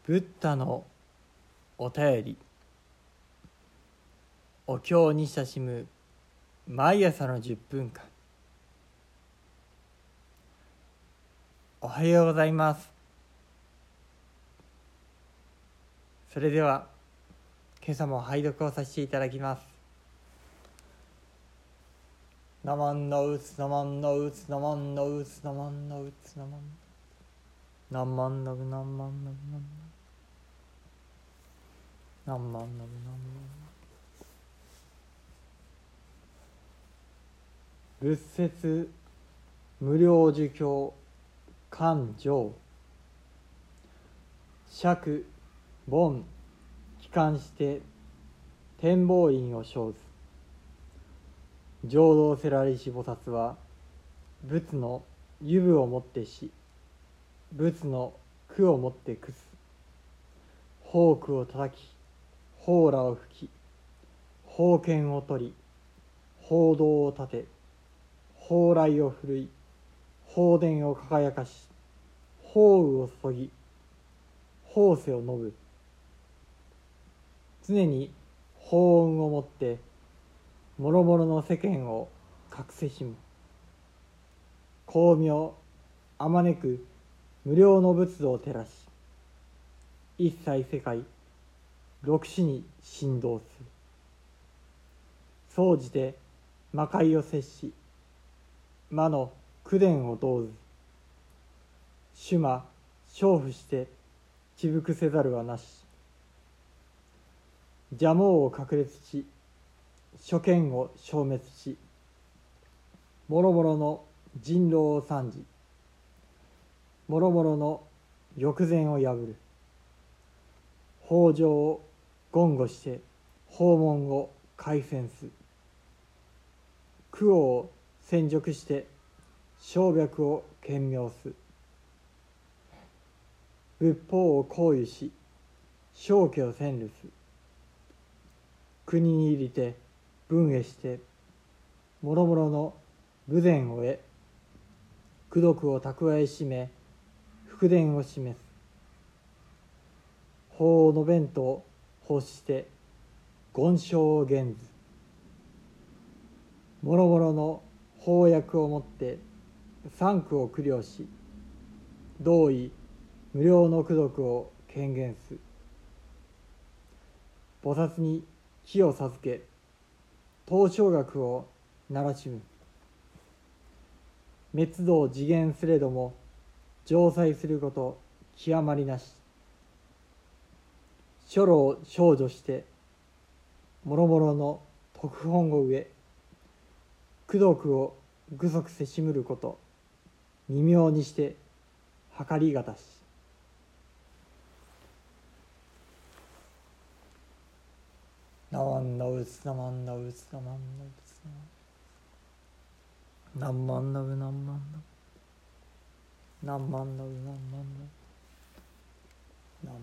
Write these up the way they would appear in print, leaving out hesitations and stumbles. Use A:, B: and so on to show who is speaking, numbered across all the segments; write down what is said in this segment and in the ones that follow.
A: ブッダのお便り。お経に親しむ毎朝の10分間。おはようございます。それでは今朝も拝読をさせていただきます。ナマンノウツナマンノウツナマンノウツナマンノウツナマンナマンノウナマンノウナマンノウナマンノウナマンノウ仏説無料儒教勧上釈梵帰還して天宝院を生ず。浄土せらりし菩薩は仏の湯部をもってし、仏の句をもってくす。法句を叩き、法螺を吹き、法剣を取り、法道を立て、法来を振るい、法殿を輝かし、法雨を注ぎ、法世を述ぶ。常に法運をもって諸々の世間を隠せしむ。光明あまねく無料の仏道を照らし、一切世界六種に振動する。総じて魔界を接し、魔の口伝を導ず。主魔娼婦して遅伏せざるはなし。邪魔を確裂し、諸権を消滅し、もろもろの人狼を参じ、もろもろの欲前を破る。法上を言語して法門を開戦す。苦を潜辱して生脈を顕明す。仏法を講諭し正気を占領す。国に入りて分会してもろもろの武善を得、功徳を蓄えしめ福田を示す。法を述べんと欲して言証を言ず。もろもろの法訳をもって三句を供養し、同意無料の功徳を権限す。菩薩に気を授け、東照学をならしむ。滅度を次元すれども浄祭すること極まりなし。書路を少女してもろもろの特本を植え、功徳を具足せしむること微妙にして計りがたし。ナマンノウツナマンノウツナマンノウツナマンナンマンノウナンマンノウナンマンノウナンマンノウナンマンノウ。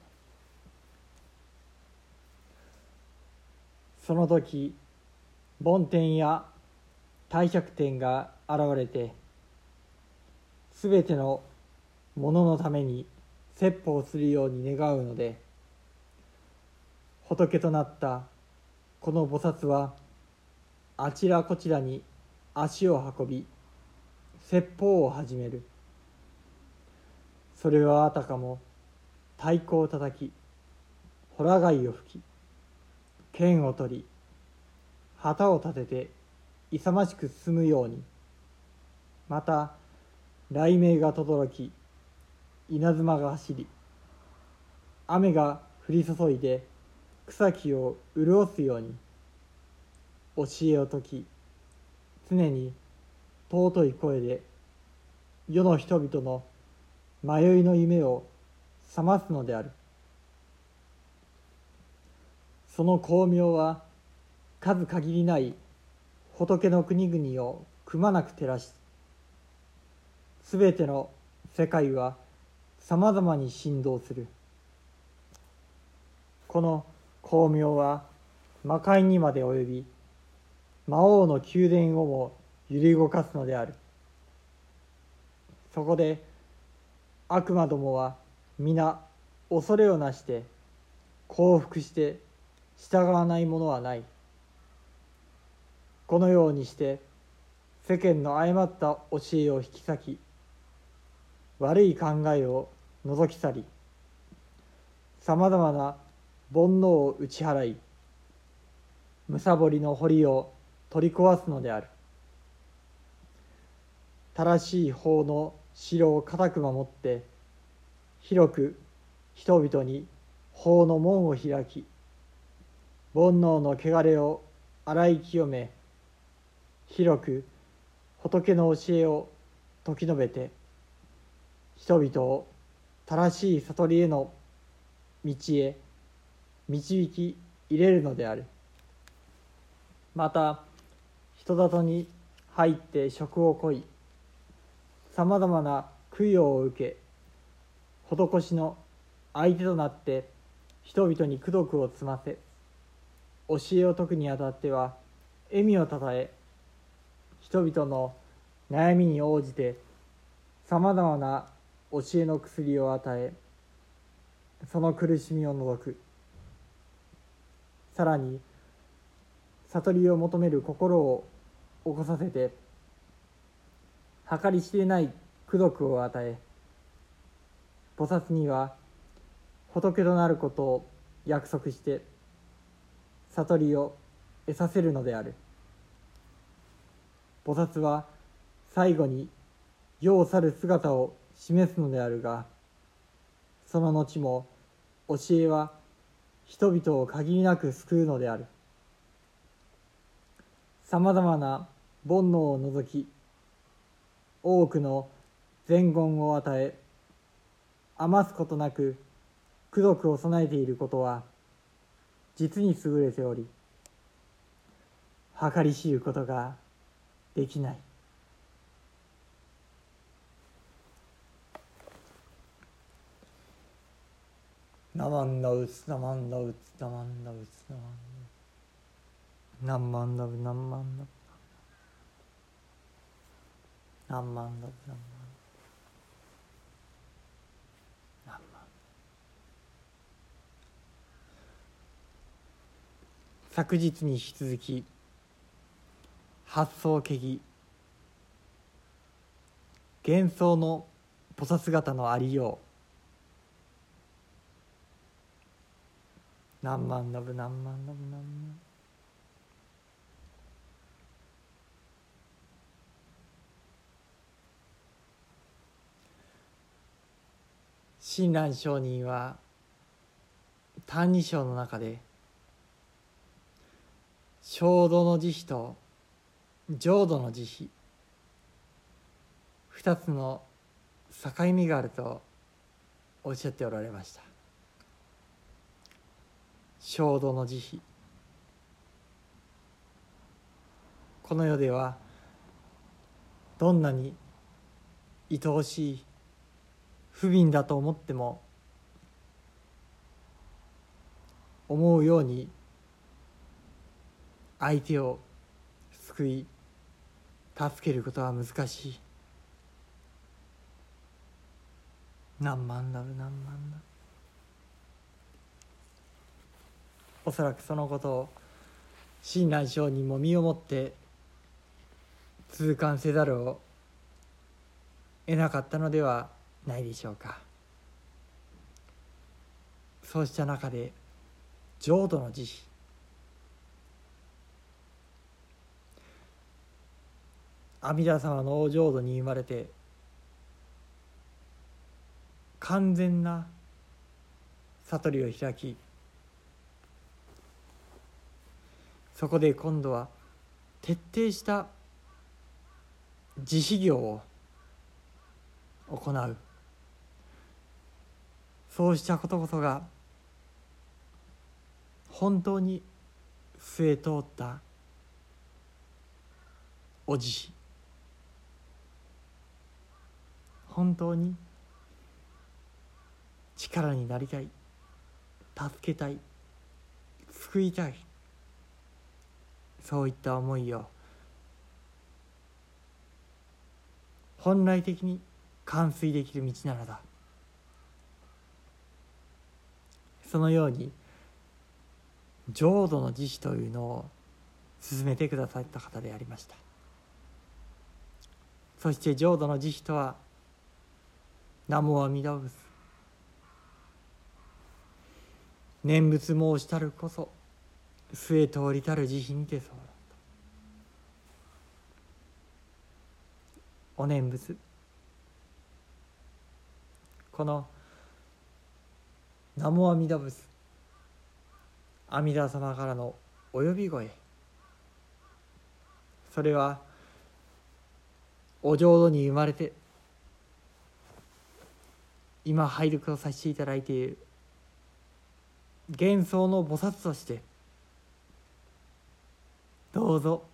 A: その時梵天や帝釈天が現れて、すべてのもののために説法するように願うので、仏となったこの菩薩はあちらこちらに足を運び説法を始める。それはあたかも太鼓を叩き、ほら貝を吹き、剣を取り、旗を立てて勇ましく進むように、また雷鳴が轟き、稲妻が走り、雨が降り注いで草木を潤すように教えを説き、常に尊い声で世の人々の迷いの夢を覚ますのである。その光明は数限りない仏の国々をくまなく照らし、すべての世界はさまざまに振動する。この光明は魔界にまで及び、魔王の宮殿をも揺り動かすのである。そこで悪魔どもは皆恐れをなして降伏して従わないものはない。このようにして世間の誤った教えを引き裂き、悪い考えを除き去り、さまざまな煩悩を打ち払い、貪りの堀を取り壊すのである。正しい法の城を固く守って、広く人々に法の門を開き、煩悩の汚れを洗い清め、広く仏の教えを説き述べて、人々を正しい悟りへの道へ導き入れるのである。また人里に入って職を乞い、さまざまな供養を受け、施しの相手となって人々に功徳を積ませ、教えを説くにあたっては笑みをたたえ、人々の悩みに応じてさまざまな教えの薬を与え、その苦しみを除く。さらに悟りを求める心を起こさせて、計り知れない功徳を与え、菩薩には仏となることを約束して悟りを得させるのである。菩薩は最後に世を去る姿を示すのであるが、その後も教えは人々を限りなく救うのである。さまざまな煩悩を除き、多くの善言を与え、余すことなく功徳を備えていることは実に優れており、計り知ることができない。ナマンダウツナマンダウツナマンダウツナマンダウツナマンダウナマンダウナマンダウナマン。昨日に引き続き発想けぎ幻想の菩薩方のありよう。何万ダブ何万ダブ何万。親鸞上人は「歎異抄」の中で浄土の慈悲と浄土の慈悲、二つの境目があるとおっしゃっておられました。浄土の慈悲、この世ではどんなに愛おしい不憫だと思っても、思うように相手を救い助けることは難しい。何万ダブ何万ダブ。おそらくそのことを親鸞上人も身をもって痛感せざるを得なかったのではないでしょうか。そうした中で浄土の慈悲、阿弥陀様のお浄土に生まれて完全な悟りを開き、そこで今度は徹底した慈悲行を行う。そうしたことこそが本当に据え通ったお慈悲、本当に力になりたい、助けたい、救いたい、そういった思いを本来的に完遂できる道なのだ。 そのように浄土の慈悲というのを進めてくださった方でありました。そして浄土の慈悲とは、南無阿弥陀仏、念仏申したるこそ末通りたる慈悲にてそうだと。お念仏、この南無阿弥陀仏、阿弥陀様からのお呼び声、それはお浄土に生まれて今拝読をさせていただいている幻想の菩薩として、どうぞ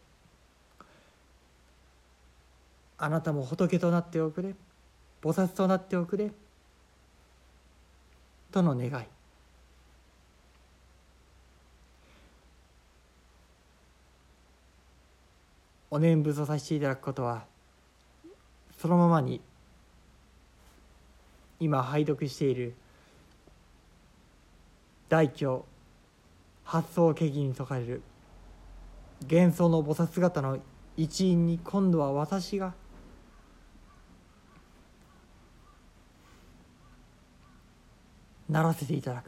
A: あなたも仏となっておくれ、菩薩となっておくれとの願い、お念仏をさせていただくことは、そのままに今拝読している大経八相華義に説かれる幻想の菩薩方の一員に今度は私がならせていただく、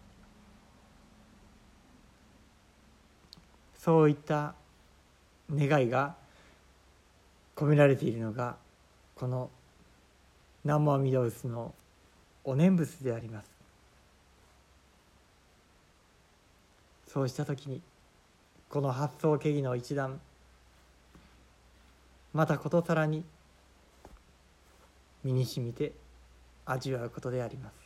A: そういった願いが込められているのがこの南無阿弥陀仏のお念仏であります。そうしたときにこの八相華義の一段、またことさらに身にしみて味わうことであります。